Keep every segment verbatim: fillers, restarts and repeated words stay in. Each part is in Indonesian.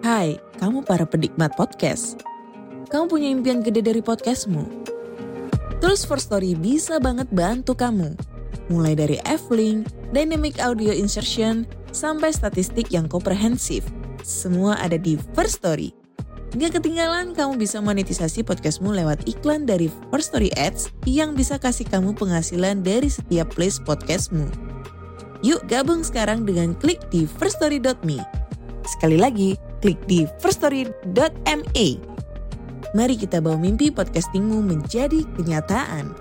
Hai, kamu para penikmat podcast. Kamu punya impian gede dari podcastmu? Tools for Story bisa banget bantu kamu. Mulai dari F-Link, Dynamic Audio Insertion, sampai statistik yang komprehensif. Semua ada di First Story. Gak ketinggalan kamu bisa monetisasi podcastmu lewat iklan dari First Story Ads yang bisa kasih kamu penghasilan dari setiap place podcastmu. Yuk gabung sekarang dengan klik di first story dot me. Sekali lagi, klik di first story dot me. Mari kita bawa mimpi podcastingmu menjadi kenyataan.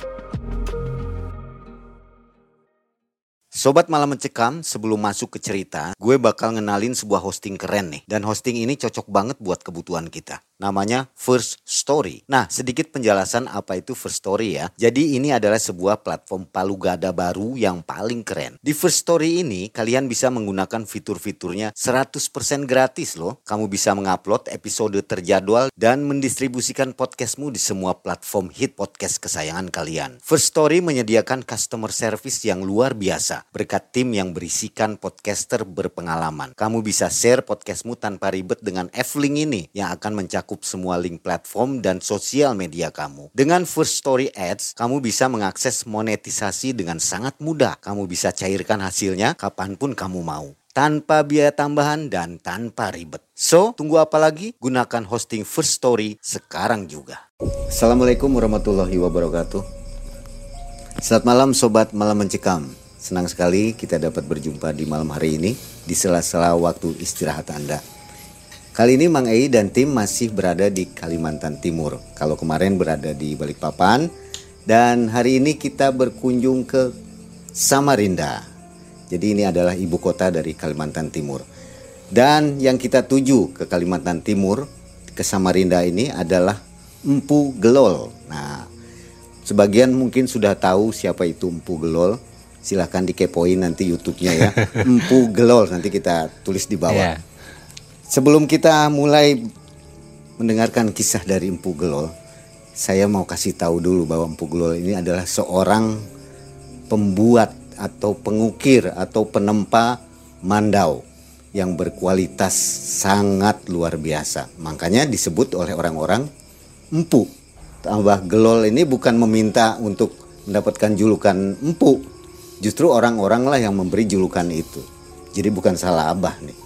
Sobat Malam Mencekam, sebelum masuk ke cerita, gue bakal ngenalin sebuah hosting keren nih. Dan hosting ini cocok banget buat kebutuhan kita. Namanya First Story. Nah, sedikit penjelasan apa itu First Story ya. Jadi ini adalah sebuah platform palu gada baru yang paling keren. Di First Story ini, kalian bisa menggunakan fitur-fiturnya seratus persen gratis loh. Kamu bisa mengupload episode terjadwal dan mendistribusikan podcastmu di semua platform hit podcast kesayangan kalian. First Story menyediakan customer service yang luar biasa. Berkat tim yang berisikan podcaster berpengalaman. Kamu bisa share podcastmu tanpa ribet dengan F-Link ini yang akan mencakup semua link platform dan sosial media kamu. Dengan First Story Ads, kamu bisa mengakses monetisasi dengan sangat mudah. Kamu bisa cairkan hasilnya kapanpun kamu mau. Tanpa biaya tambahan dan tanpa ribet. So, tunggu apa lagi? Gunakan hosting First Story sekarang juga. Assalamualaikum warahmatullahi wabarakatuh. Selamat malam Sobat Malam Mencekam. Senang sekali kita dapat berjumpa di malam hari ini di sela-sela waktu istirahat Anda. Kali ini Mang Ei dan tim masih berada di Kalimantan Timur. Kalau kemarin berada di Balikpapan dan hari ini kita berkunjung ke Samarinda. Jadi ini adalah ibu kota dari Kalimantan Timur. Dan yang kita tuju ke Kalimantan Timur, ke Samarinda ini adalah Empu Gelol. Nah, sebagian mungkin sudah tahu siapa itu Empu Gelol. Silahkan dikepoin nanti YouTube-nya ya. Empu Gelol, nanti kita tulis di bawah. Yeah. Sebelum kita mulai mendengarkan kisah dari Empu Gelol, saya mau kasih tahu dulu bahwa Empu Gelol ini adalah seorang pembuat atau pengukir atau penempa mandau yang berkualitas sangat luar biasa. Makanya disebut oleh orang-orang empu. Tambah Gelol ini bukan meminta untuk mendapatkan julukan empu. Justru orang-orang lah yang memberi julukan itu. Jadi bukan salah Abah nih.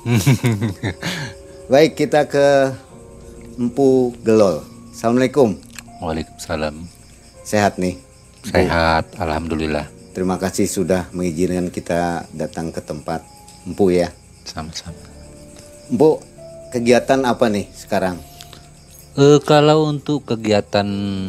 Baik, kita ke Empu Gelol. Assalamualaikum. Waalaikumsalam. Sehat nih? Sehat, Bu. Alhamdulillah. Terima kasih sudah mengizinkan kita datang ke tempat Empu ya. Sama-sama. Empu, kegiatan apa nih sekarang? E, kalau untuk kegiatan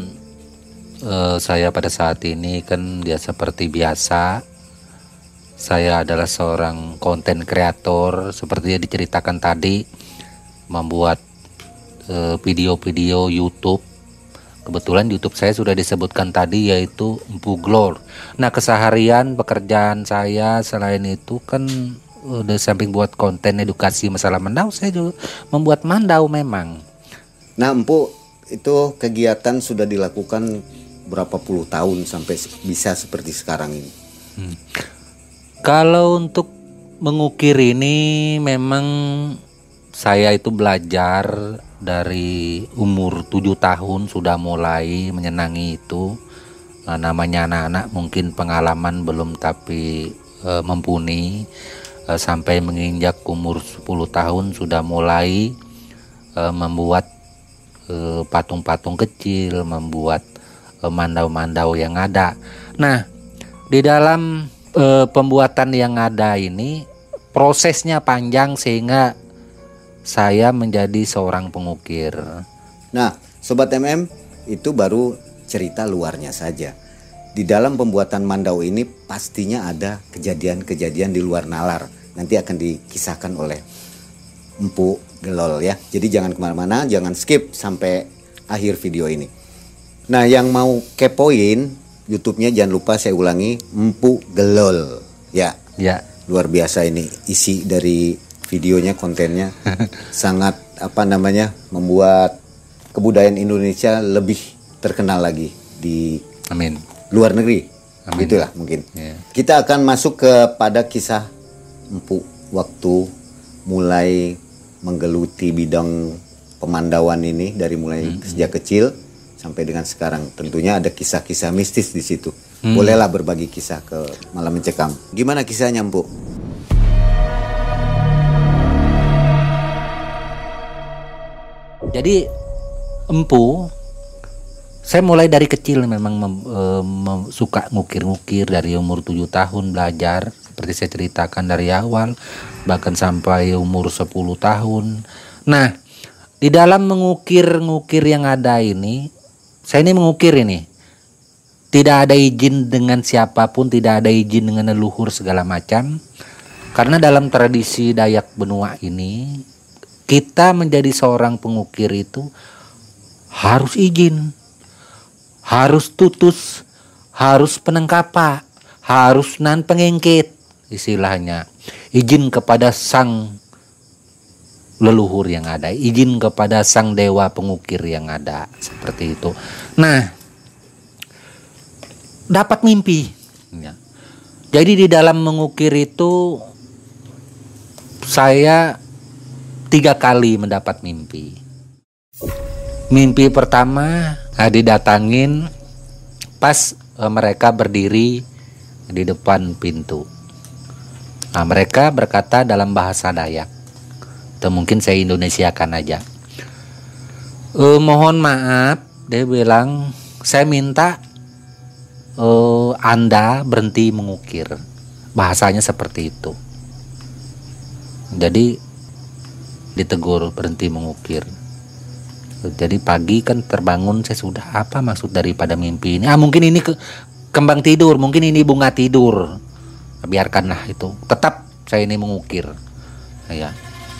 e, saya pada saat ini kan dia seperti biasa. Saya adalah seorang konten kreator seperti yang diceritakan tadi, membuat e, video-video YouTube. Kebetulan YouTube saya sudah disebutkan tadi yaitu Empu Gelol. Nah, keseharian pekerjaan saya selain itu kan udah samping buat konten edukasi masalah mandau, saya juga membuat mandau memang. Nah, Empu, itu kegiatan sudah dilakukan berapa puluh tahun sampai bisa seperti sekarang ini? Hmm. Kalau untuk mengukir ini memang saya itu belajar dari umur tujuh tahun sudah mulai menyenangi itu. Nah, namanya anak-anak mungkin pengalaman belum tapi e, mumpuni. E, sampai menginjak umur sepuluh tahun sudah mulai e, membuat e, patung-patung kecil, membuat e, mandau-mandau yang ada. Nah, di dalam e, pembuatan yang ada ini prosesnya panjang sehingga saya menjadi seorang pengukir. Nah, Sobat M M, itu baru cerita luarnya saja. Di dalam pembuatan mandau ini pastinya ada kejadian-kejadian di luar nalar. Nanti akan dikisahkan oleh Empu Gelol ya. Jadi jangan kemana-mana, jangan skip sampai akhir video ini. Nah, yang mau kepoin YouTube-nya jangan lupa saya ulangi, Empu Gelol ya. Ya. Luar biasa ini isi dari videonya, kontennya sangat apa namanya membuat kebudayaan Indonesia lebih terkenal lagi di Amin. luar negeri. Amin. Itulah mungkin. Yeah. Kita akan masuk kepada kisah Empu waktu mulai menggeluti bidang pemandauan ini dari mulai hmm. sejak kecil sampai dengan sekarang. Tentunya ada kisah-kisah mistis di situ. Hmm. Bolehlah berbagi kisah ke Malam Mencekam. Gimana kisahnya, Empu? Jadi Empu, saya mulai dari kecil memang mem, e, mem, suka ngukir-ngukir dari umur tujuh tahun belajar. Seperti saya ceritakan dari awal, bahkan sampai umur sepuluh tahun. Nah, di dalam mengukir-ngukir yang ada ini, saya ini mengukir ini, tidak ada izin dengan siapapun, tidak ada izin dengan leluhur segala macam. Karena dalam tradisi Dayak Benua ini, kita menjadi seorang pengukir itu harus izin, harus tutus, harus penengkapa, harus nan pengengkit, istilahnya. Izin kepada sang leluhur yang ada, izin kepada sang dewa pengukir yang ada, seperti itu. Nah, dapat mimpi ya. Jadi di dalam mengukir itu saya tiga kali mendapat mimpi. Mimpi pertama didatangin pas mereka berdiri di depan pintu. Nah, mereka berkata dalam bahasa Dayak, atau mungkin saya Indonesiakan aja. E, mohon maaf, dia bilang, saya minta e, Anda berhenti mengukir. Bahasanya seperti itu. Jadi ditegur berhenti mengukir. Jadi pagi kan terbangun, saya sudah apa maksud daripada mimpi ini? Ah mungkin ini ke, kembang tidur, mungkin ini bunga tidur. Biarkanlah itu. Tetap saya ini mengukir. Ya.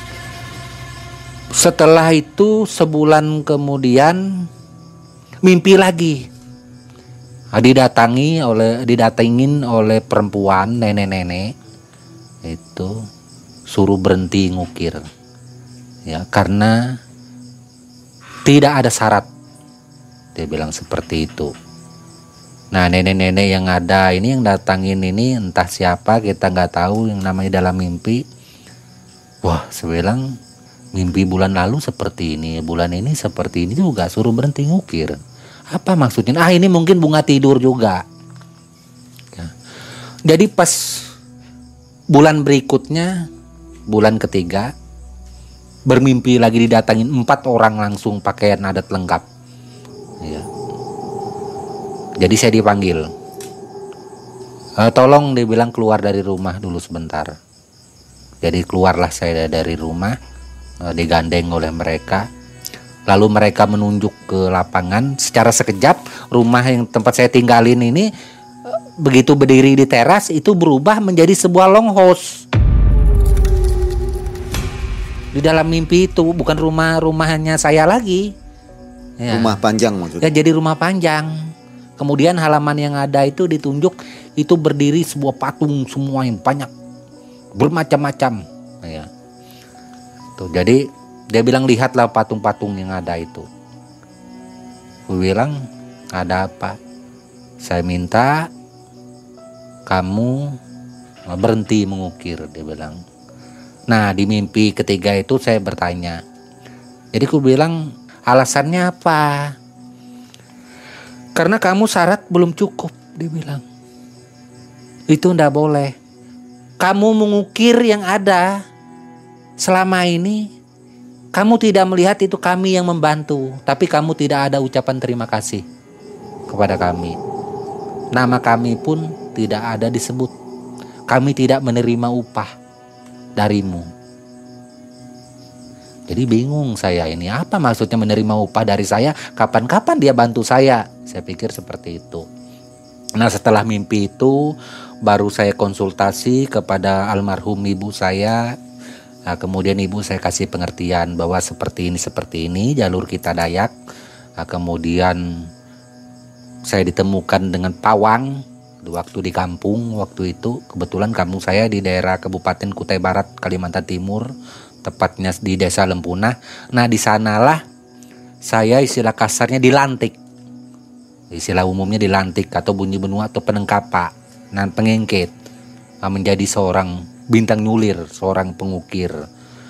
Setelah itu sebulan kemudian mimpi lagi. Didatangi oleh didatengin oleh perempuan, nenek-nenek. Itu suruh berhenti ngukir. Ya, karena tidak ada syarat. Dia bilang seperti itu. Nah, nenek-nenek yang ada ini yang datangin ini entah siapa, kita nggak tahu, yang namanya dalam mimpi. Wah, saya bilang mimpi bulan lalu seperti ini, bulan ini seperti ini juga, suruh berhenti ngukir. Apa maksudnya? Ah ini mungkin bunga tidur juga. Ya. Jadi pas bulan berikutnya, bulan ketiga, bermimpi lagi didatangin empat orang langsung pakaian adat lengkap. Ya. Jadi saya dipanggil. E, tolong dia bilang keluar dari rumah dulu sebentar. Jadi keluarlah saya dari rumah, e, digandeng oleh mereka. Lalu mereka menunjuk ke lapangan. Secara sekejap rumah yang tempat saya tinggalin ini e, begitu berdiri di teras itu berubah menjadi sebuah longhouse. Di dalam mimpi itu bukan rumah-rumahnya saya lagi. Ya. Rumah panjang maksudnya. Ya jadi rumah panjang. Kemudian halaman yang ada itu ditunjuk itu berdiri sebuah patung semua yang banyak bermacam-macam. Ya. Tuh jadi dia bilang lihatlah patung-patung yang ada itu. Gue bilang ada apa? Saya minta kamu berhenti mengukir, dia bilang. Nah di mimpi ketiga itu saya bertanya. Jadi aku bilang alasannya apa? Karena kamu syarat belum cukup, dia bilang. Itu ndak boleh. Kamu mengukir yang ada selama ini. Kamu tidak melihat itu kami yang membantu. Tapi kamu tidak ada ucapan terima kasih kepada kami. Nama kami pun tidak ada disebut. Kami tidak menerima upah darimu. Jadi bingung saya ini, apa maksudnya menerima upah dari saya? Kapan-kapan dia bantu saya? Saya pikir seperti itu. Nah setelah mimpi itu baru saya konsultasi kepada almarhum ibu saya. Nah, kemudian ibu saya kasih pengertian bahwa seperti ini seperti ini jalur kita Dayak. Nah, kemudian saya ditemukan dengan pawang waktu di kampung waktu itu. Kebetulan kampung saya di daerah Kabupaten Kutai Barat, Kalimantan Timur, tepatnya di Desa Lempunah. Nah di sanalah saya istilah kasarnya dilantik. Istilah umumnya dilantik atau bunyi benua atau penengkapa, nan pengengket, menjadi seorang bintang nyulir, seorang pengukir.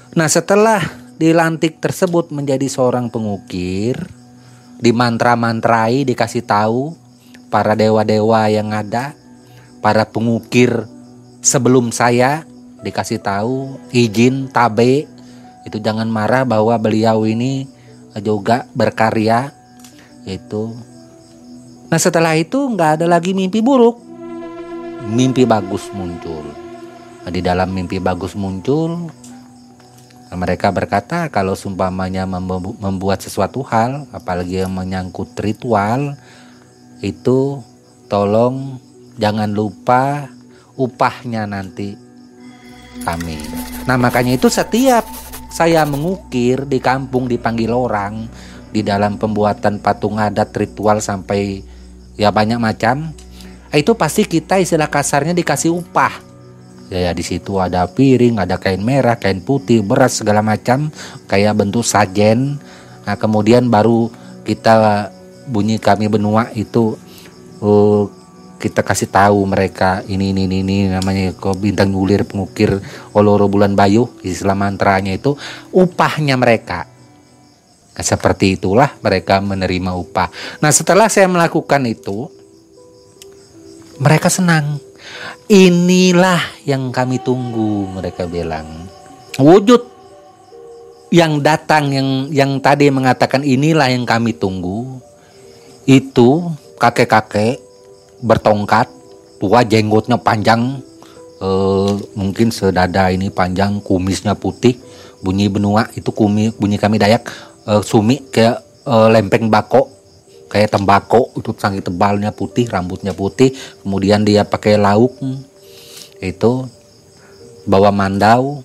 Nah, setelah dilantik tersebut menjadi seorang pengukir, dimantra-mantrai, dikasih tahu para dewa-dewa yang ada, para pengukir sebelum saya dikasih tahu izin tabe, itu jangan marah bahwa beliau ini juga berkarya itu. Nah, setelah itu nggak ada lagi mimpi buruk, mimpi bagus muncul. Nah, di dalam mimpi bagus muncul, mereka berkata kalau seumpamanya membuat sesuatu hal, apalagi yang menyangkut ritual, itu tolong jangan lupa upahnya nanti kami. Nah, makanya itu setiap saya mengukir di kampung, dipanggil orang di dalam pembuatan patung adat, ritual sampai ya banyak macam, itu pasti kita istilah kasarnya dikasih upah. Ya, ya di situ ada piring, ada kain merah, kain putih, beras segala macam kayak bentuk sajen. Nah, kemudian baru kita bunyi kami benua itu uh, kita kasih tahu mereka ini ini ini, ini namanya kok bintang nyulir pengukir oloro bulan bayu, istilah mantranya itu upahnya mereka. Nah, seperti itulah mereka menerima upah. Nah, setelah saya melakukan itu, mereka senang. Inilah yang kami tunggu, mereka bilang. Wujud yang datang, yang yang tadi mengatakan inilah yang kami tunggu, itu kakek-kakek bertongkat, tua, jenggotnya panjang, eh, mungkin sedada ini panjang, kumisnya putih, bunyi benua itu kumi, bunyi kami Dayak, eh, sumi kayak eh, lempeng bako, kayak tembakau, itu sangat tebalnya putih, rambutnya putih, kemudian dia pakai lauk, itu bawa mandau.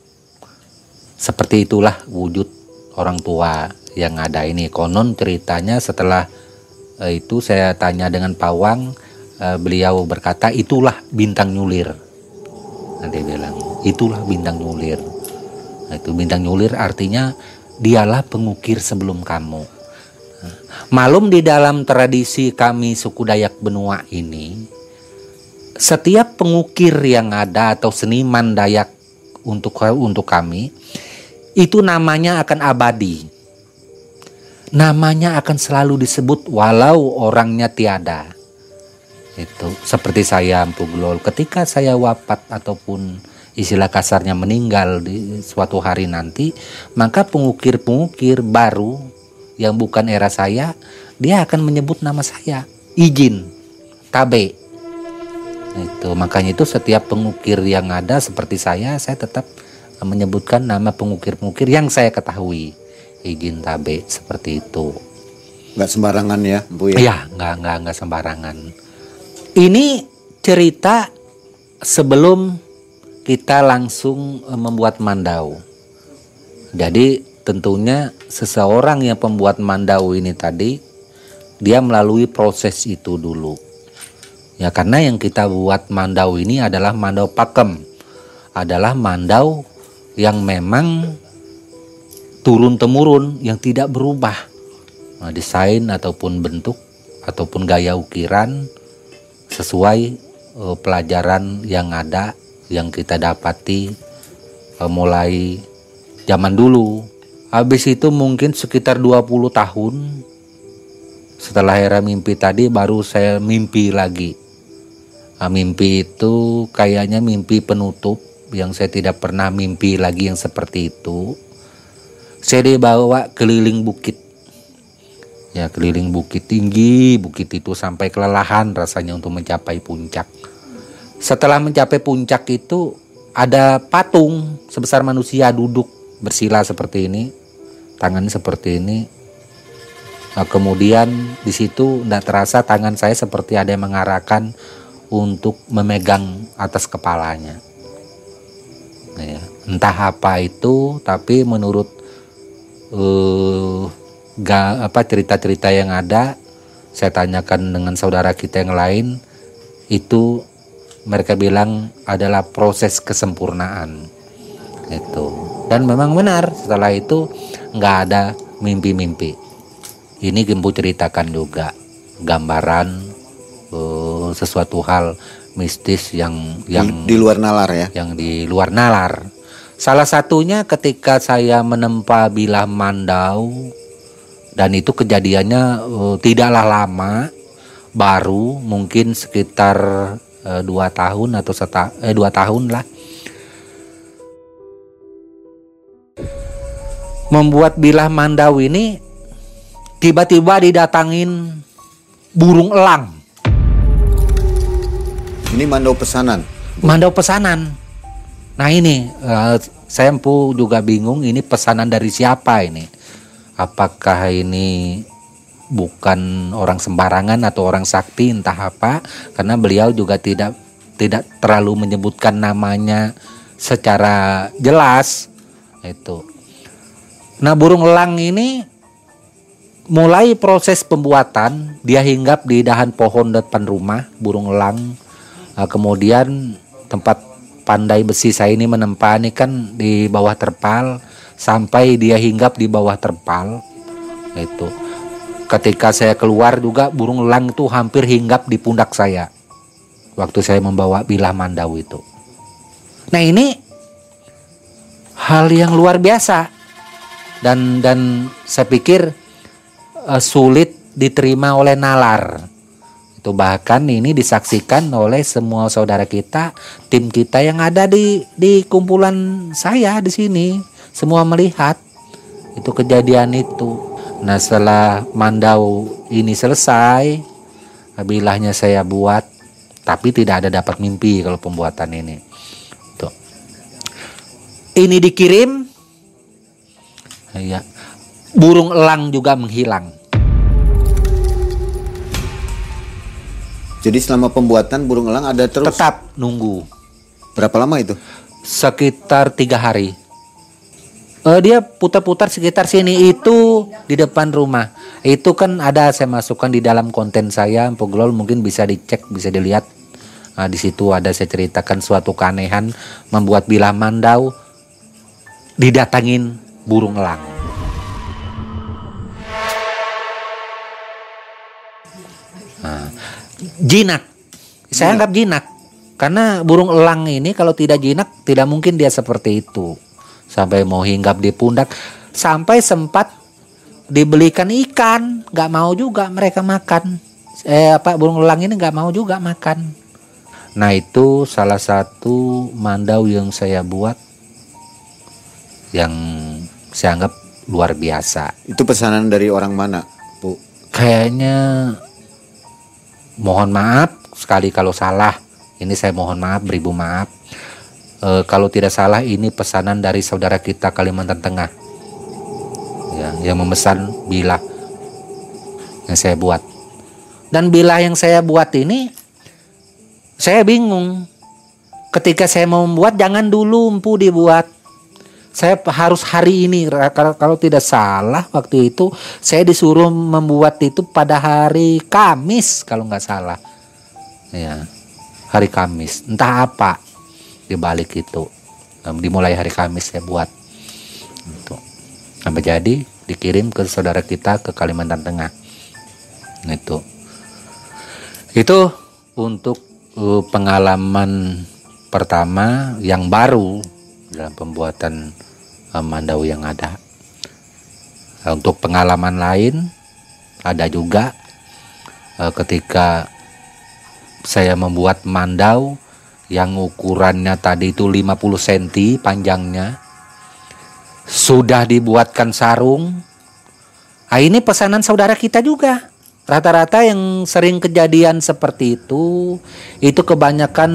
Seperti itulah wujud orang tua yang ada ini. Konon ceritanya setelah itu saya tanya dengan pawang, uh, beliau berkata itulah bintang nyulir. Nah, dia bilang itulah bintang nyulir. Nah, itu bintang nyulir artinya dialah pengukir sebelum kamu. Nah, malum di dalam tradisi kami suku Dayak Benua ini, setiap pengukir yang ada atau seniman Dayak untuk untuk kami itu namanya akan abadi. Namanya akan selalu disebut walau orangnya tiada. Itu seperti saya Empu Glol, ketika saya wafat ataupun istilah kasarnya meninggal di suatu hari nanti, maka pengukir-pengukir baru yang bukan era saya, dia akan menyebut nama saya, izin tabe. Itu makanya itu setiap pengukir yang ada seperti saya, saya tetap menyebutkan nama pengukir-pengukir yang saya ketahui. Izin tabe, seperti itu. Nggak sembarangan ya, Bu ya? Iya, nggak nggak nggak sembarangan. Ini cerita sebelum kita langsung membuat mandau. Jadi tentunya seseorang yang pembuat mandau ini tadi, dia melalui proses itu dulu. Ya, karena yang kita buat mandau ini adalah mandau pakem, adalah mandau yang memang turun-temurun, yang tidak berubah. Nah, desain ataupun bentuk ataupun gaya ukiran sesuai uh, pelajaran yang ada, yang kita dapati uh, mulai zaman dulu. Habis itu mungkin sekitar dua puluh tahun setelah era mimpi tadi baru saya mimpi lagi. Nah, mimpi itu kayaknya mimpi penutup yang saya tidak pernah mimpi lagi yang seperti itu. Saya dibawa keliling bukit. Ya, keliling bukit tinggi, bukit itu sampai kelelahan rasanya untuk mencapai puncak. Setelah mencapai puncak itu ada patung sebesar manusia duduk bersila seperti ini, tangan seperti ini. Nah, kemudian di situ tidak terasa tangan saya seperti ada yang mengarahkan untuk memegang atas kepalanya. Nah, ya, entah apa itu, tapi menurut Uh, ga, apa cerita-cerita yang ada, saya tanyakan dengan saudara kita yang lain, itu mereka bilang adalah proses kesempurnaan itu. Dan memang benar, setelah itu nggak ada mimpi-mimpi. Ini Gembu ceritakan juga gambaran uh, sesuatu hal mistis yang yang di, di luar nalar ya, yang di luar nalar. Salah satunya ketika saya menempa bilah mandau, dan itu kejadiannya uh, tidaklah lama, baru mungkin sekitar uh, dua tahun atau seta, eh, dua tahun lah. Membuat bilah mandau ini tiba-tiba didatangin burung elang. Ini mandau pesanan. Mandau pesanan. Nah ini uh, saya empu juga bingung, ini pesanan dari siapa ini? Apakah ini bukan orang sembarangan atau orang sakti entah apa? Karena beliau juga tidak tidak terlalu menyebutkan namanya secara jelas itu. Nah burung elang ini mulai proses pembuatan, dia hinggap di dahan pohon depan rumah, burung elang. Uh, kemudian tempat pandai besi saya ini menempa ini kan di bawah terpal, sampai dia hinggap di bawah terpal itu. Ketika saya keluar juga burung elang itu hampir hinggap di pundak saya waktu saya membawa bilah mandau itu. Nah ini hal yang luar biasa, dan dan saya pikir uh, sulit diterima oleh nalar. Itu bahkan ini disaksikan oleh semua saudara kita, tim kita yang ada di di kumpulan saya di sini, semua melihat itu kejadian itu. Nah setelah mandau ini selesai, bilahnya saya buat, tapi tidak ada dapat mimpi kalau pembuatan ini. Tuh. Ini dikirim, ya, burung elang juga menghilang. Jadi selama pembuatan burung elang ada terus? Tetap nunggu. Berapa lama itu? Sekitar tiga hari. Uh, dia putar-putar sekitar sini itu di depan rumah. Itu kan ada saya masukkan di dalam konten saya, Empu Glol, mungkin bisa dicek, bisa dilihat. Nah, di situ ada saya ceritakan suatu keanehan membuat bilah mandau didatangin burung elang. Nah, jinak, saya anggap jinak, karena burung elang ini kalau tidak jinak tidak mungkin dia seperti itu, sampai mau hinggap di pundak, sampai sempat dibelikan ikan, nggak mau juga mereka makan. Eh apa burung elang ini nggak mau juga makan. Nah itu salah satu mandau yang saya buat yang saya anggap luar biasa. Itu pesanan dari orang mana, Bu? Kayaknya mohon maaf sekali kalau salah. Ini saya mohon maaf, beribu maaf. E, kalau tidak salah ini pesanan dari saudara kita Kalimantan Tengah, ya, yang memesan bilah yang saya buat. Dan bilah yang saya buat ini, saya bingung. Ketika saya mau membuat, jangan dulu empu dibuat. Saya harus hari ini, kalau tidak salah waktu itu saya disuruh membuat itu pada hari Kamis kalau nggak salah, ya hari Kamis. Entah apa dibalik itu, dimulai hari Kamis saya buat itu, sampai jadi dikirim ke saudara kita ke Kalimantan Tengah. Itu, itu untuk uh, pengalaman pertama yang baru dalam pembuatan uh, mandau yang ada. Uh, untuk pengalaman lain ada juga uh, ketika saya membuat mandau yang ukurannya tadi itu lima puluh sentimeter panjangnya, sudah dibuatkan sarung. Nah, ini pesanan saudara kita juga. Rata-rata yang sering kejadian seperti itu, itu kebanyakan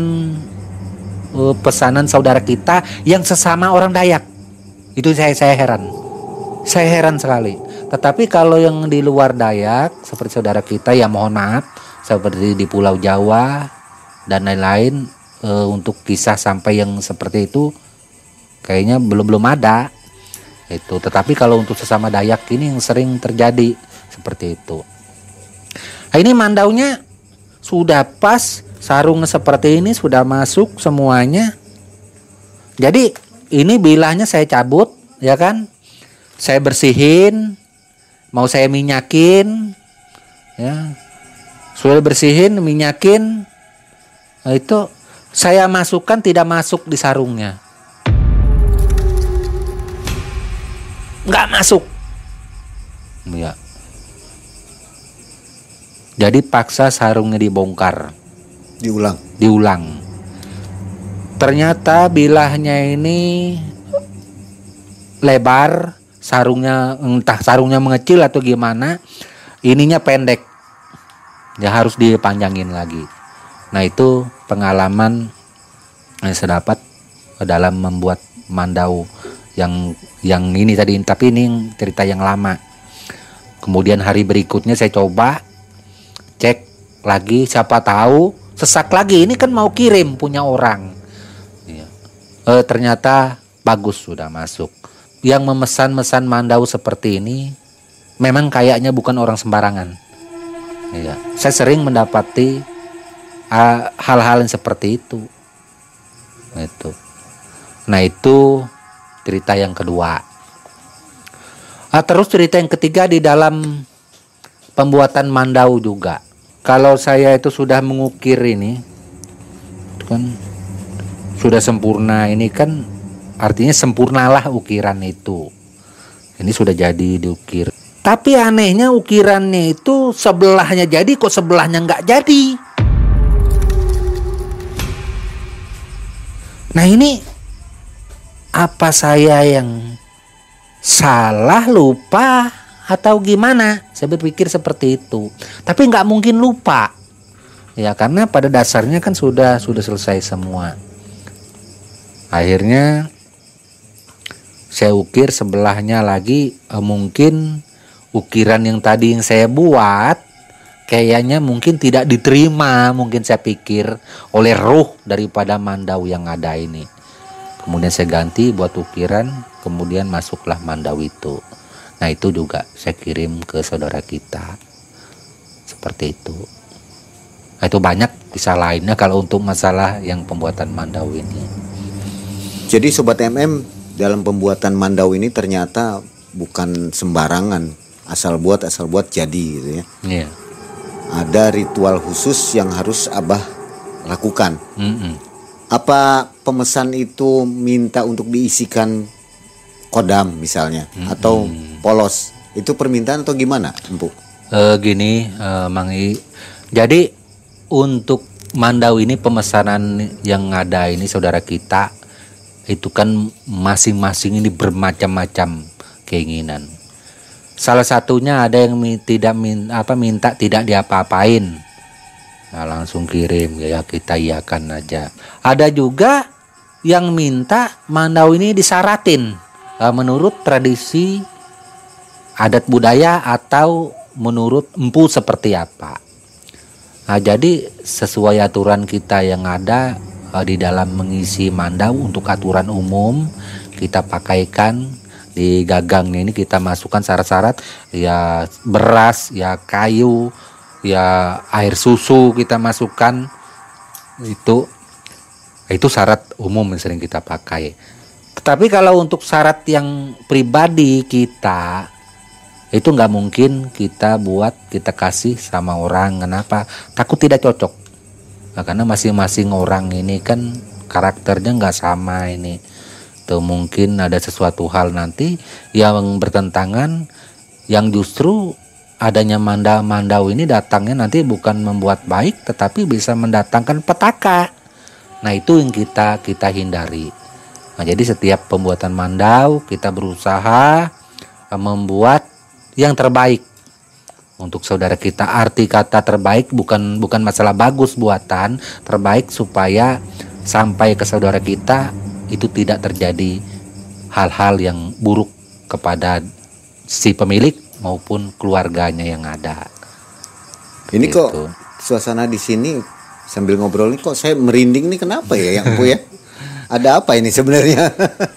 pesanan saudara kita yang sesama orang Dayak. Itu saya saya heran. Saya heran sekali. Tetapi kalau yang di luar Dayak seperti saudara kita, ya mohon maaf, seperti di Pulau Jawa dan lain-lain, e, untuk kisah sampai yang seperti itu kayaknya belum belum ada. Itu. Tetapi kalau untuk sesama Dayak ini yang sering terjadi seperti itu. Nah, ini mandaunya sudah pas. Sarung seperti ini sudah masuk semuanya. Jadi ini bilahnya saya cabut, ya kan? Saya bersihin, mau saya minyakin, ya. Sudah bersihin, minyakin, nah, itu saya masukkan tidak masuk di sarungnya. nggak masuk. Ya. Jadi paksa sarungnya dibongkar. Diulang. Diulang. Ternyata bilahnya ini lebar, sarungnya entah sarungnya mengecil atau gimana, ininya pendek. Ya harus dipanjangin lagi. Nah itu pengalaman yang saya dapat dalam membuat mandau yang yang ini tadi, tapi ini cerita yang lama. Kemudian hari berikutnya saya coba cek lagi, siapa tahu sesak lagi, ini kan mau kirim punya orang. Ya. E, ternyata bagus sudah masuk. Yang memesan-mesan mandau seperti ini memang kayaknya bukan orang sembarangan. Ya. Saya sering mendapati uh, hal-hal yang seperti itu. Itu. Nah itu cerita yang kedua. Ah, terus cerita yang ketiga di dalam pembuatan mandau juga. Kalau saya itu sudah mengukir ini, itu kan sudah sempurna, ini kan artinya sempurnalah ukiran itu. Ini sudah jadi diukir. Tapi anehnya ukirannya itu sebelahnya jadi, kok sebelahnya nggak jadi. Nah ini apa saya yang salah, lupa atau gimana? Saya berpikir seperti itu. Tapi nggak mungkin lupa, ya karena pada dasarnya kan sudah sudah selesai semua. Akhirnya saya ukir sebelahnya lagi, eh, mungkin ukiran yang tadi yang saya buat kayaknya mungkin tidak diterima, mungkin saya pikir oleh ruh daripada mandau yang ada ini. Kemudian saya ganti buat ukiran, kemudian masuklah mandau itu. Nah itu juga saya kirim ke saudara kita. Seperti itu. Nah, itu banyak kisah lainnya kalau untuk masalah yang pembuatan mandau ini. Jadi Sobat M M, dalam pembuatan mandau ini ternyata bukan sembarangan, asal buat asal buat jadi gitu ya. Iya. Ada ritual khusus yang harus Abah lakukan. Mm-mm. Apa pemesan itu minta untuk diisikan kodam misalnya, mm-hmm, atau polos? Itu permintaan atau gimana, Empu? E, gini, e, Mang I. Jadi untuk mandau ini pemesanan yang ada ini saudara kita itu kan masing-masing ini bermacam-macam keinginan. Salah satunya ada yang mi, tidak min, apa minta tidak diapa-apain. Nah, langsung kirim, ya kita iyakan aja. Ada juga yang minta mandau ini disaratin uh, menurut tradisi adat budaya atau menurut empu seperti apa. Nah, jadi sesuai aturan kita yang ada uh, di dalam mengisi mandau untuk aturan umum, kita pakaikan di gagangnya ini, kita masukkan syarat-syarat ya beras, ya kayu, ya air susu kita masukkan. Itu itu syarat umum yang sering kita pakai. Tetapi kalau untuk syarat yang pribadi kita itu nggak mungkin kita buat, kita kasih sama orang. Kenapa? Takut tidak cocok. Nah, karena masing-masing orang ini kan karakternya nggak sama ini. Tuh mungkin ada sesuatu hal nanti yang bertentangan, yang justru adanya manda mandau ini datangnya nanti bukan membuat baik, tetapi bisa mendatangkan petaka. Nah itu yang kita kita hindari. Nah jadi setiap pembuatan mandau kita berusaha membuat yang terbaik untuk saudara kita. Arti kata terbaik bukan bukan masalah bagus buatan, terbaik supaya sampai ke saudara kita itu tidak terjadi hal-hal yang buruk kepada si pemilik maupun keluarganya yang ada. Ini gitu. Kok suasana di sini sambil ngobrol ini kok saya merinding nih, kenapa ya yang Bu ya? Ada apa ini sebenarnya?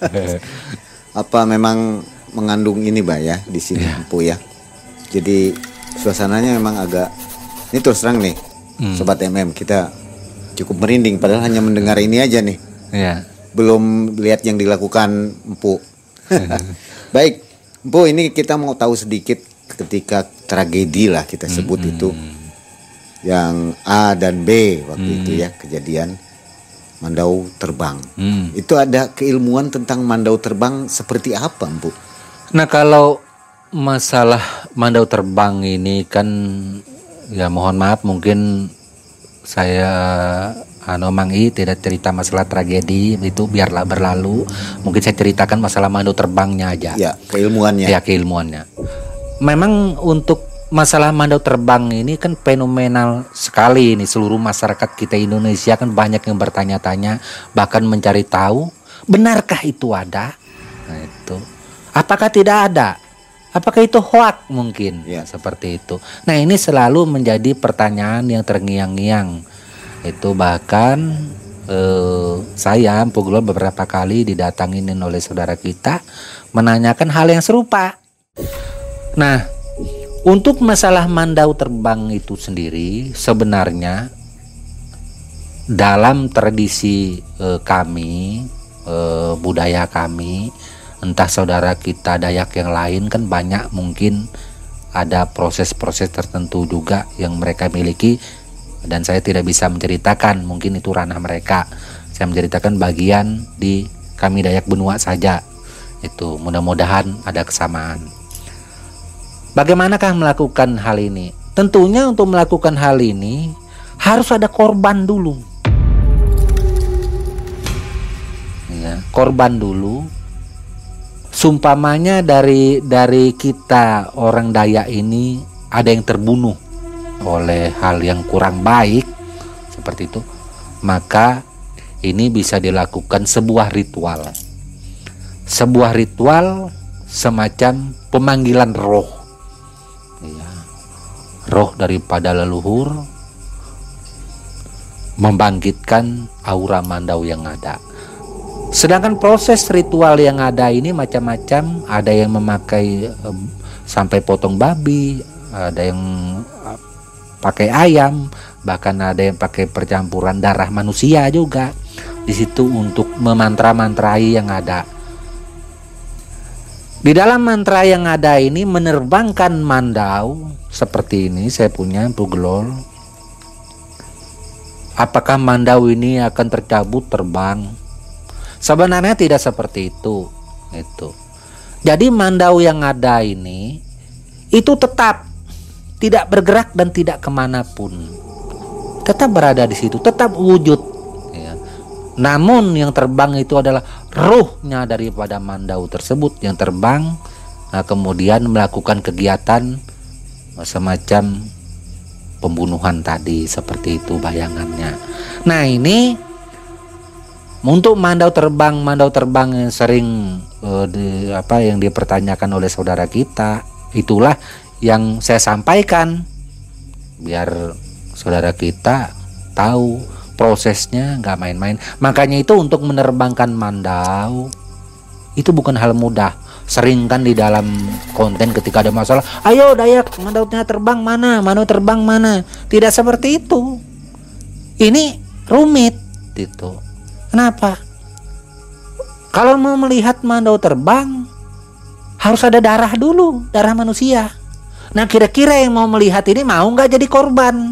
Apa memang mengandung ini Mbak ya di sini yeah. Bu ya? Jadi suasananya memang agak, ini terus terang nih hmm. Sobat M M, kita cukup merinding padahal hanya mendengar ini aja nih. Yeah. Belum lihat yang dilakukan Empu. Baik, Empu, ini kita mau tahu sedikit ketika tragedi lah kita sebut mm-hmm. itu, yang A dan B waktu mm. itu ya, kejadian mandau terbang. Mm. Itu ada keilmuan tentang mandau terbang seperti apa, Empu? Nah, kalau masalah Mandau Terbang ini kan, ya mohon maaf mungkin saya anu Mang I tidak cerita masalah tragedi itu, biarlah berlalu. Mungkin saya ceritakan masalah Mandau Terbangnya aja. Ya, keilmuannya. Ya, keilmuannya. Memang untuk masalah Mandau Terbang ini kan fenomenal sekali ini, seluruh masyarakat kita Indonesia kan banyak yang bertanya-tanya, bahkan mencari tahu, benarkah itu ada? Nah, itu. Apakah tidak ada? Apakah itu hoak mungkin? Ya. Seperti itu. Nah, ini selalu menjadi pertanyaan yang terngiang-ngiang. Itu bahkan eh, saya Empu Glor beberapa kali didatangin oleh saudara kita menanyakan hal yang serupa. Nah, untuk masalah Mandau Terbang itu sendiri sebenarnya dalam tradisi eh, kami, eh, budaya kami, entah saudara kita Dayak yang lain kan banyak mungkin ada proses-proses tertentu juga yang mereka miliki dan saya tidak bisa menceritakan, mungkin itu ranah mereka. Saya menceritakan bagian di kami Dayak Benua saja. Itu mudah-mudahan ada kesamaan. Bagaimanakah melakukan hal ini? Tentunya untuk melakukan hal ini harus ada korban dulu. Ya, korban dulu. Sumpamanya dari dari kita orang Dayak ini ada yang terbunuh oleh hal yang kurang baik seperti itu, maka ini bisa dilakukan sebuah ritual. Sebuah ritual semacam pemanggilan roh. Ya, roh daripada leluhur membangkitkan aura Mandau yang ada. Sedangkan proses ritual yang ada ini macam-macam, ada yang memakai eh, sampai potong babi, ada yang eh, pakai ayam, bahkan ada yang pakai percampuran darah manusia juga di situ untuk memantra-mantrai yang ada. Di dalam mantra yang ada ini menerbangkan Mandau seperti ini, saya punya Empu Glor. Apakah Mandau ini akan tercabut terbang? Sebenarnya tidak seperti itu. Itu. Jadi Mandau yang ada ini itu tetap tidak bergerak dan tidak kemanapun, tetap berada di situ, tetap wujud. Ya. Namun yang terbang itu adalah ruhnya daripada Mandau tersebut yang terbang, nah, kemudian melakukan kegiatan semacam pembunuhan tadi, seperti itu bayangannya. Nah, ini untuk Mandau terbang, Mandau terbang yang sering uh, di, apa yang dipertanyakan oleh saudara kita, itulah yang saya sampaikan biar saudara kita tahu prosesnya nggak main-main. Makanya itu untuk menerbangkan Mandau itu bukan hal mudah. Sering kan di dalam konten ketika ada masalah, ayo Dayak, Mandaunya terbang mana, Mandau terbang mana. Tidak seperti itu. Ini rumit gitu. Kenapa? Kalau mau melihat Mandau terbang harus ada darah dulu, darah manusia. Nah, kira-kira yang mau melihat ini mau nggak jadi korban?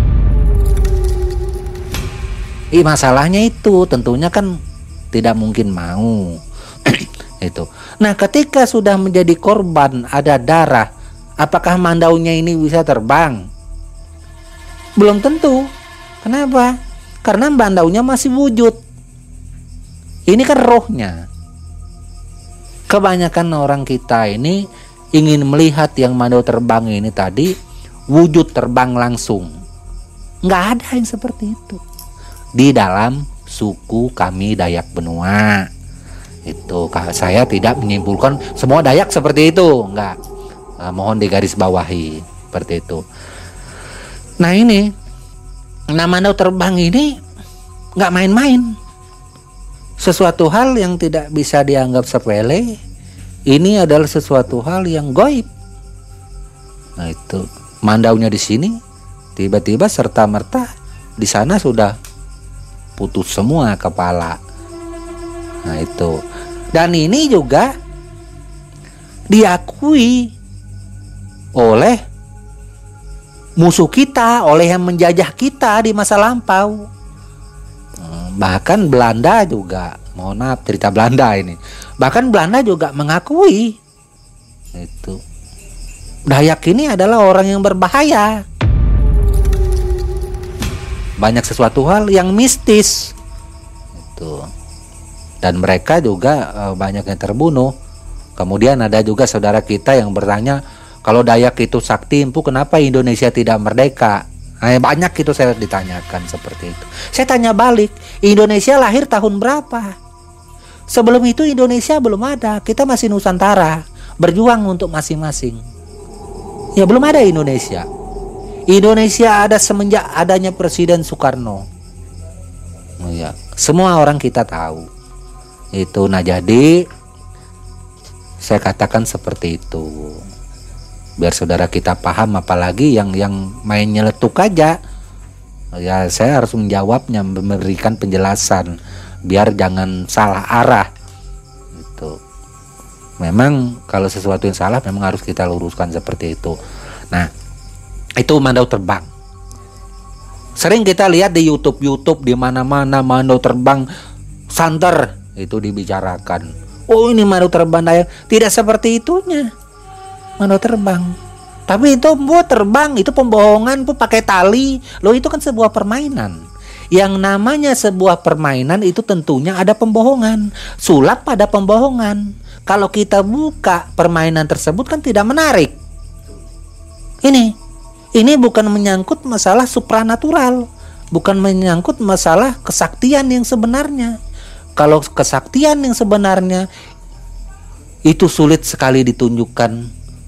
Ih, masalahnya itu tentunya kan tidak mungkin mau. Itu. Nah, ketika sudah menjadi korban, ada darah, apakah Mandaunya ini bisa terbang? Belum tentu. Kenapa? Karena Mandaunya masih wujud. Ini kan rohnya. Kebanyakan orang kita ini ingin melihat yang Mandau terbang ini tadi wujud terbang langsung. Nggak ada yang seperti itu di dalam suku kami Dayak Benua. Itu saya tidak menyimpulkan semua Dayak seperti itu, nggak. Nah, mohon digarisbawahi seperti itu. Nah, ini nah Mandau terbang ini nggak main-main. Sesuatu hal yang tidak bisa dianggap sepele. Ini adalah sesuatu hal yang gaib. Nah, itu Mandaunya di sini, tiba-tiba serta merta di sana sudah putus semua kepala. Nah, itu. Dan ini juga diakui oleh musuh kita, oleh yang menjajah kita di masa lampau. Bahkan Belanda juga, mohon maaf cerita Belanda ini. Bahkan Belanda juga mengakui Itu Dayak ini adalah orang yang berbahaya. Banyak sesuatu hal yang mistis. Itu. Dan mereka juga uh, banyak yang terbunuh. Kemudian ada juga saudara kita yang bertanya, kalau Dayak itu sakti empu, kenapa Indonesia tidak merdeka? Nah, banyak itu saya ditanyakan seperti itu. Saya tanya balik, Indonesia lahir tahun berapa? Sebelum itu Indonesia belum ada. Kita masih Nusantara, berjuang untuk masing-masing. Ya belum ada Indonesia. Indonesia ada semenjak adanya Presiden Soekarno. Oh, ya. Semua orang kita tahu. Itu nah jadi saya katakan seperti itu. Biar saudara kita paham, apalagi yang yang main nyeletuk aja. Ya saya harus menjawabnya, memberikan penjelasan biar jangan salah arah. Itu. Memang kalau sesuatu yang salah memang harus kita luruskan seperti itu. Nah, itu mandau terbang. Sering kita lihat di YouTube YouTube di mana-mana mandau terbang santer itu dibicarakan. Oh, ini mandau terbang Dayak. Tidak seperti itunya. Mandau terbang. Tapi itu buat terbang, itu pembohongan, bu pakai tali. Loh, itu kan sebuah permainan. Yang namanya sebuah permainan itu tentunya ada pembohongan. Sulap pada pembohongan. Kalau kita buka permainan tersebut kan tidak menarik. Ini, ini bukan menyangkut masalah supranatural, bukan menyangkut masalah kesaktian yang sebenarnya. Kalau kesaktian yang sebenarnya itu sulit sekali ditunjukkan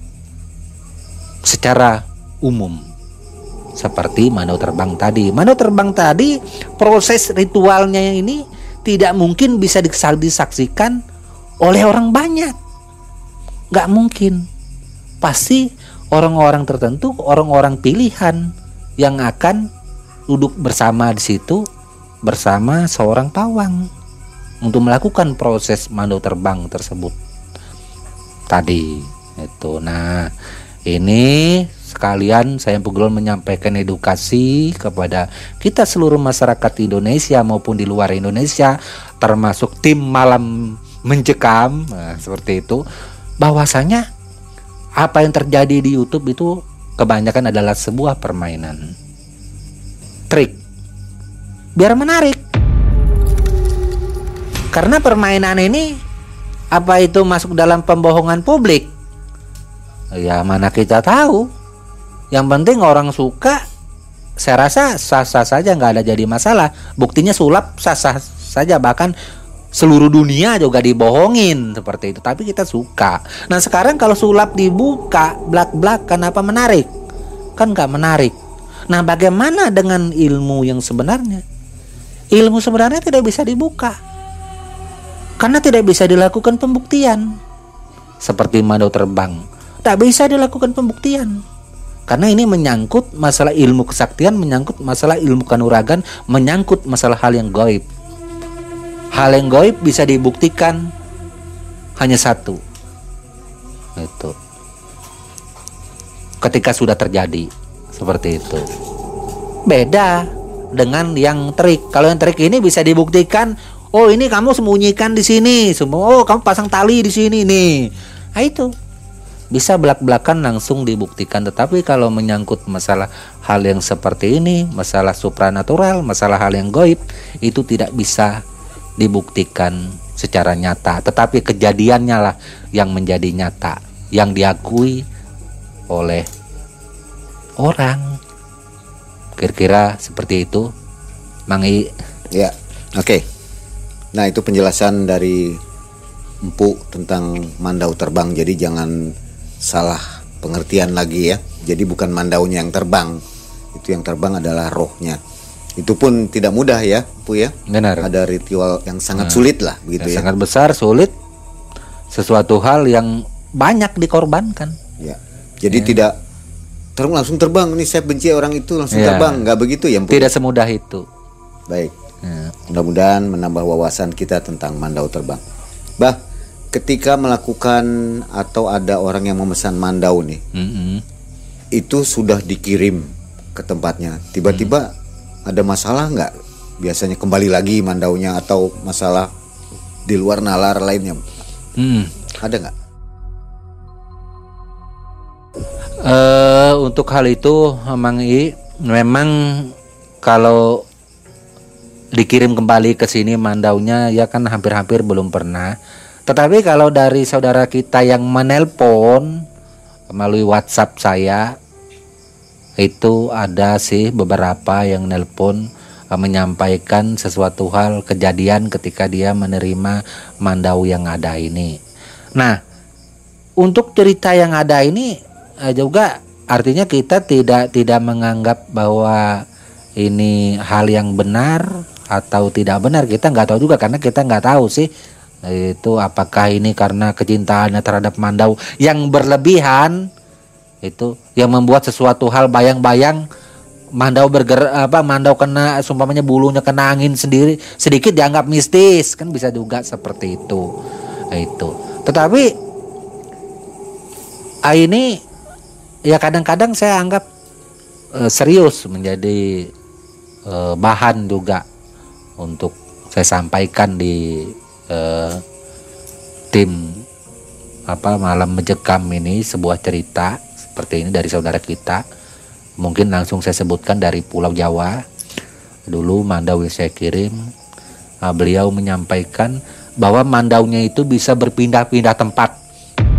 secara umum. Seperti mandau terbang tadi. Mandau terbang tadi proses ritualnya ini tidak mungkin bisa disaksikan oleh orang banyak. Gak mungkin. Pasti orang-orang tertentu, orang-orang pilihan yang akan duduk bersama di situ bersama seorang pawang untuk melakukan proses mandau terbang tersebut tadi. Itu. Nah, ini sekalian saya Pugulon menyampaikan edukasi kepada kita seluruh masyarakat Indonesia maupun di luar Indonesia, termasuk tim malam mencekam, nah, seperti itu, bahwasanya apa yang terjadi di YouTube itu kebanyakan adalah sebuah permainan, trik, biar menarik. Karena permainan ini apa itu masuk dalam pembohongan publik? Ya mana kita tahu. Yang penting orang suka, saya rasa sah-sah saja, nggak ada jadi masalah. Buktinya sulap sah-sah saja, bahkan seluruh dunia juga dibohongin seperti itu, tapi kita suka. Nah sekarang kalau sulap dibuka blak-blak, kenapa menarik? Kan gak menarik. Nah bagaimana dengan ilmu yang sebenarnya? Ilmu sebenarnya tidak bisa dibuka karena tidak bisa dilakukan pembuktian. Seperti mandau terbang, tak bisa dilakukan pembuktian karena ini menyangkut masalah ilmu kesaktian, menyangkut masalah ilmu kanuragan, menyangkut masalah hal yang gaib. Hal yang gaib bisa dibuktikan hanya satu, itu ketika sudah terjadi seperti itu. Beda dengan yang trik. Kalau yang trik ini bisa dibuktikan, oh ini kamu sembunyikan di sini, oh kamu pasang tali di sini nih. Nah itu bisa belak-belakan langsung dibuktikan. Tetapi kalau menyangkut masalah hal yang seperti ini, masalah supranatural, masalah hal yang gaib, itu tidak bisa dibuktikan secara nyata, tetapi kejadiannya lah yang menjadi nyata, yang diakui oleh orang. Kira-kira seperti itu, Mangi. Ya, oke. Okay. Nah itu penjelasan dari Empu tentang mandau terbang. Jadi jangan salah pengertian lagi ya. Jadi bukan mandaunya yang terbang, itu yang terbang adalah rohnya. Itu pun tidak mudah ya, Bu ya. Benar. Ada ritual yang sangat nah, sulit lah, begitu ya. Sangat besar, sulit. Sesuatu hal yang banyak dikorbankan. Ya. Jadi ya. Tidak terus langsung terbang. Ini saya benci orang itu langsung ya. Terbang, nggak begitu ya, Bu? Tidak semudah itu. Baik. Ya. Mudah-mudahan menambah wawasan kita tentang mandau terbang. Bah, ketika melakukan atau ada orang yang memesan mandau nih, mm-hmm. itu sudah dikirim ke tempatnya. Tiba-tiba mm. ada masalah nggak? Biasanya kembali lagi mandaunya atau masalah di luar nalar lainnya? Hmm. Ada nggak? Uh, untuk hal itu Mang I, memang kalau dikirim kembali ke sini mandaunya ya kan hampir-hampir belum pernah. Tetapi kalau dari saudara kita yang menelpon melalui WhatsApp saya, itu ada sih beberapa yang nelpon uh, menyampaikan sesuatu hal kejadian ketika dia menerima mandau yang ada ini. Nah, untuk cerita yang ada ini uh, juga artinya kita tidak tidak menganggap bahwa ini hal yang benar atau tidak benar. Kita nggak tahu juga karena kita nggak tahu sih itu apakah ini karena kecintaannya terhadap mandau yang berlebihan, itu yang membuat sesuatu hal bayang-bayang mandau bergerak apa mandau kena sumpamanya bulunya kena angin sendiri sedikit dianggap mistis, kan bisa juga seperti itu. Itu. Tetapi ini ya kadang-kadang saya anggap e, serius menjadi e, bahan juga untuk saya sampaikan di e, tim apa malam mencekam ini, sebuah cerita seperti ini dari saudara kita. Mungkin langsung saya sebutkan dari Pulau Jawa. Dulu mandau yang saya kirim, nah, beliau menyampaikan bahwa mandaunya itu bisa berpindah-pindah tempat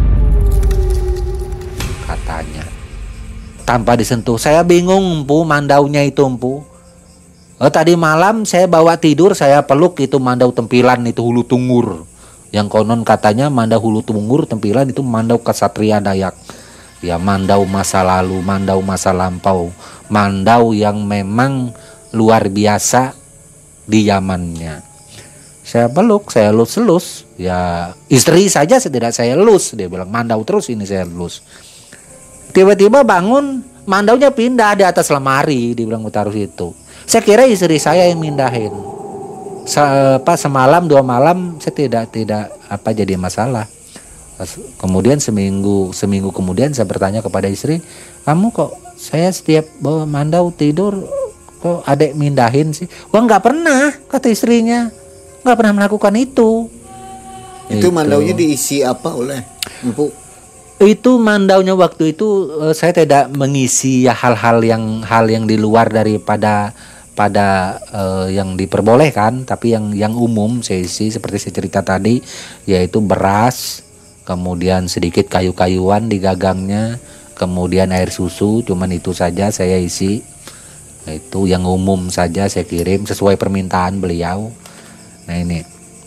katanya tanpa disentuh. Saya bingung empu mandaunya itu empu. Oh, tadi malam saya bawa tidur, saya peluk itu mandau tempilan itu Hulu Tungur. Yang konon katanya mandau Hulu Tungur tempilan itu mandau kesatria Dayak. Ya mandau masa lalu, mandau masa lampau, mandau yang memang luar biasa di zamannya. Saya peluk, saya elus-elus. Ya istri saja tidak saya elus. Dia bilang mandau terus ini saya elus. Tiba-tiba bangun, mandaunya pindah di atas lemari, dibilang taruh situ. Saya kira istri saya yang mindahin. Se apa semalam dua malam saya tidak tidak apa jadi masalah. Kemudian seminggu seminggu kemudian saya bertanya kepada istri, kamu kok saya setiap bawa mandau tidur kok adek mindahin sih? Wah nggak pernah, kata istrinya, nggak pernah melakukan itu. Itu, itu mandaunya diisi apa oleh empu? Itu mandaunya waktu itu saya tidak mengisi ya hal-hal yang hal yang di luar daripada pada uh, yang diperbolehkan, tapi yang yang umum saya isi seperti saya cerita tadi, yaitu beras, kemudian sedikit kayu-kayuan di gagangnya, kemudian air susu, cuman itu saja saya isi. Itu yang umum saja saya kirim sesuai permintaan beliau. Nah ini,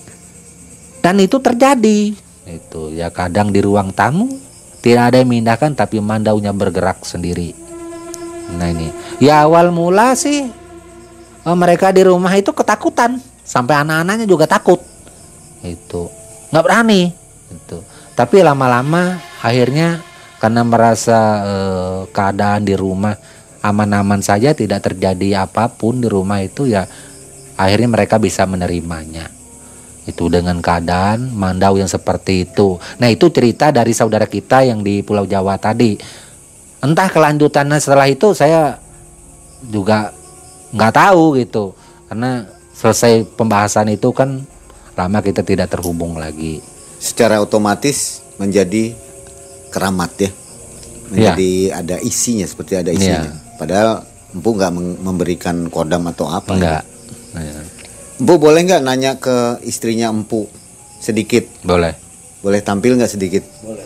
dan itu terjadi. Itu ya kadang di ruang tamu tidak ada yang memindahkan, tapi mandaunya bergerak sendiri. Nah ini, ya awal mula sih oh, mereka di rumah itu ketakutan, sampai anak-anaknya juga takut. Itu nggak berani. Itu. Tapi lama-lama akhirnya karena merasa eh, keadaan di rumah aman-aman saja, tidak terjadi apapun di rumah itu, ya akhirnya mereka bisa menerimanya. Itu dengan keadaan mandau yang seperti itu. Nah itu cerita dari saudara kita yang di Pulau Jawa tadi. Entah kelanjutannya setelah itu saya juga nggak tahu gitu. Karena selesai pembahasan itu kan lama kita tidak terhubung lagi. Secara otomatis menjadi keramat ya. Menjadi ya. Ada isinya, seperti ada isinya. Ya. Padahal empu nggak memberikan kodam atau apa. Enggak. Ya. Empu boleh nggak nanya ke istrinya empu sedikit? Boleh. Boleh tampil nggak sedikit? Boleh.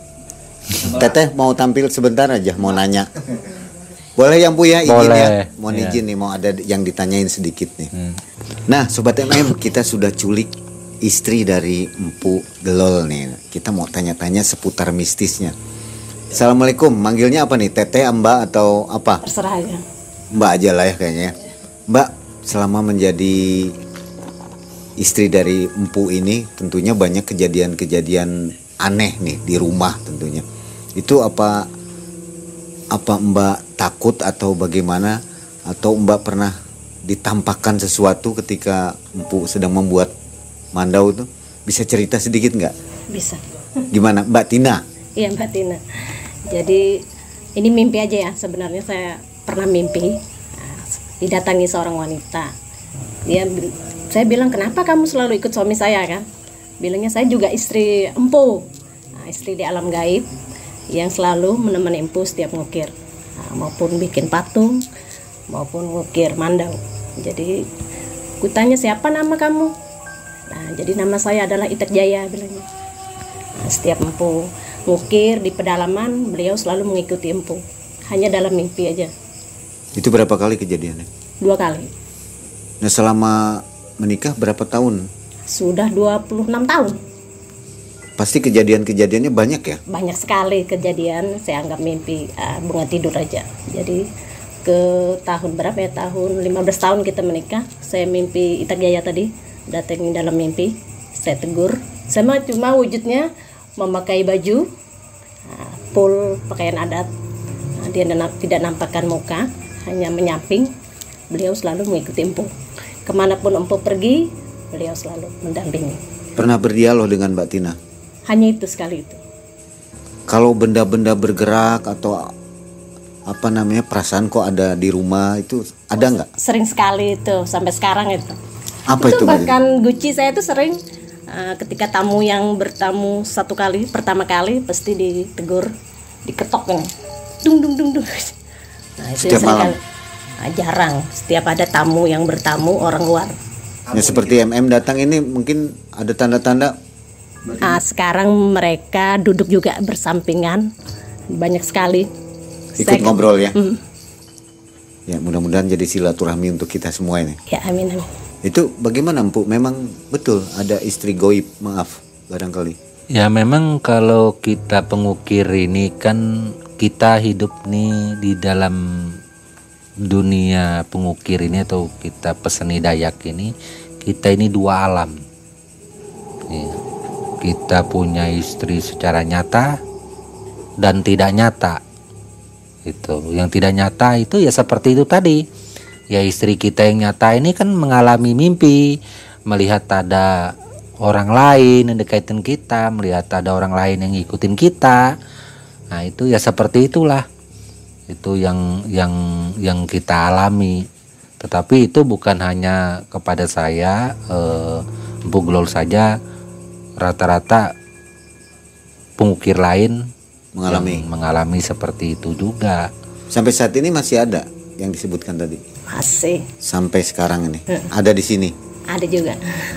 Teteh mau tampil sebentar aja, mau nanya. Boleh ya empu ya, izin boleh. Ya. Mau ya. izin nih, mau ada yang ditanyain sedikit nih. Hmm. Nah Sobat M M, kita sudah culik istri dari empu Gelol nih. Kita mau tanya-tanya seputar mistisnya. Assalamualaikum, manggilnya apa nih? Teteh, Mbak atau apa? Terserah aja. Mbak aja lah ya kayaknya. Mbak, selama menjadi istri dari empu ini tentunya banyak kejadian-kejadian aneh nih di rumah tentunya. Itu apa apa Mbak takut atau bagaimana, atau Mbak pernah ditampakkan sesuatu ketika empu sedang membuat mandau itu? Bisa cerita sedikit nggak? Bisa. Gimana Mbak Tina? Iya Mbak Tina. Jadi ini mimpi aja ya, sebenarnya saya pernah mimpi didatangi seorang wanita. Dia, saya bilang kenapa kamu selalu ikut suami saya kan? Bilangnya saya juga istri empu, nah, istri di alam gaib. yang selalu menemani Empu setiap ngukir, nah, maupun bikin patung, maupun ngukir mandau. Jadi kutanya, siapa nama kamu? Nah, jadi nama saya adalah Itek Jaya bilangnya. Nah, setiap Empu ngukir di pedalaman, beliau selalu mengikuti Empu, hanya dalam mimpi aja. Itu berapa kali kejadiannya? Dua kali. Nah, selama menikah berapa tahun? Sudah dua puluh enam tahun. Pasti kejadian-kejadiannya banyak ya? Banyak sekali kejadian, saya anggap mimpi uh, bunga tidur aja. Jadi ke tahun berapa ya, tahun lima belas tahun kita menikah, saya mimpi Itek Jaya tadi, datangin dalam mimpi, saya tegur. Sama cuma wujudnya memakai baju uh, full pakaian adat, uh, dia tidak nampakkan muka, hanya menyamping. Beliau selalu mengikuti Empu. Kemanapun Empu pergi, beliau selalu mendampingi. Pernah berdialog dengan Mbak Tina? Hanya itu sekali itu. Kalau benda-benda bergerak atau apa namanya, perasaan kok ada di rumah itu ada nggak? Sering sekali itu, sampai sekarang itu. Apa itu? Itu bahkan Guci saya itu sering uh, ketika tamu yang bertamu satu kali, pertama kali pasti ditegur, diketok ini, dung dung dung dung. Nah, itu setiap malam? Kali. Nah, jarang. Setiap ada tamu yang bertamu orang luar. Ya, seperti M M datang ini mungkin ada tanda-tanda. Nah, sekarang mereka duduk juga bersampingan, banyak sekali. Ikut Saya, ngobrol ya. Mm, Ya, mudah-mudahan jadi silaturahmi untuk kita semua ini. ya amin amin. Itu bagaimana Empu? Memang betul ada istri goib, maaf barangkali. Ya memang kalau kita pengukir ini kan kita hidup nih di dalam dunia pengukir ini atau kita peseni Dayak ini, kita ini dua alam. Ya. Kita punya istri secara nyata dan tidak nyata. Itu yang tidak nyata itu ya seperti itu tadi. Ya istri kita yang nyata ini kan mengalami mimpi, melihat ada orang lain yang dekaitin kita, melihat ada orang lain yang ngikutin kita. Nah itu ya seperti itulah. Itu yang yang yang kita alami. Tetapi itu bukan hanya kepada saya, eh, Empu Gelol saja, rata-rata pengukir lain Mengalami. mengalami seperti itu juga. Sampai saat ini masih ada yang disebutkan tadi. Masih. Sampai sekarang ini ada di sini. Ada juga.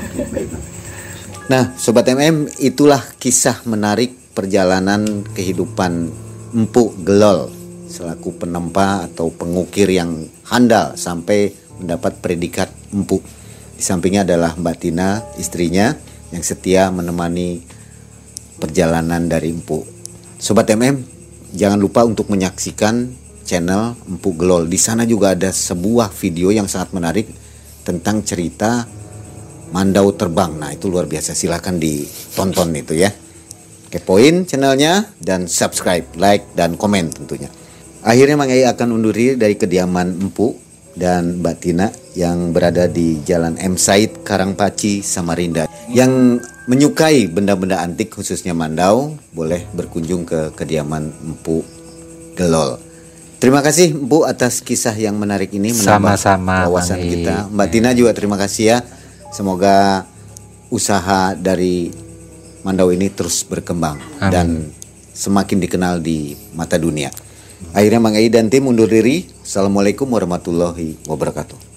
Nah, Sobat M M, itulah kisah menarik perjalanan kehidupan Empu Gelol selaku penempa atau pengukir yang handal sampai mendapat predikat empu. Di sampingnya adalah Mbak Tina, istrinya yang setia menemani perjalanan dari Empu. Sobat M M, jangan lupa untuk menyaksikan channel Empu Gelol. Di sana juga ada sebuah video yang sangat menarik tentang cerita mandau terbang. Nah, itu luar biasa. Silakan ditonton itu ya. Kepoin channelnya dan subscribe, like dan komen tentunya. Akhirnya Mang Yai akan undur diri dari kediaman Empu dan Mbak Tina yang berada di Jalan M Said, Karangpaci, Samarinda. Yang menyukai benda-benda antik khususnya mandau, boleh berkunjung ke kediaman Empu Gelol. Terima kasih Empu atas kisah yang menarik ini, menambah Sama-sama, wawasan Mang Yai. kita. Mbak Tina juga terima kasih ya. Semoga usaha dari mandau ini terus berkembang. Amin. Dan semakin dikenal di mata dunia. Akhirnya Mang Yai dan tim undur diri. Assalamualaikum warahmatullahi wabarakatuh.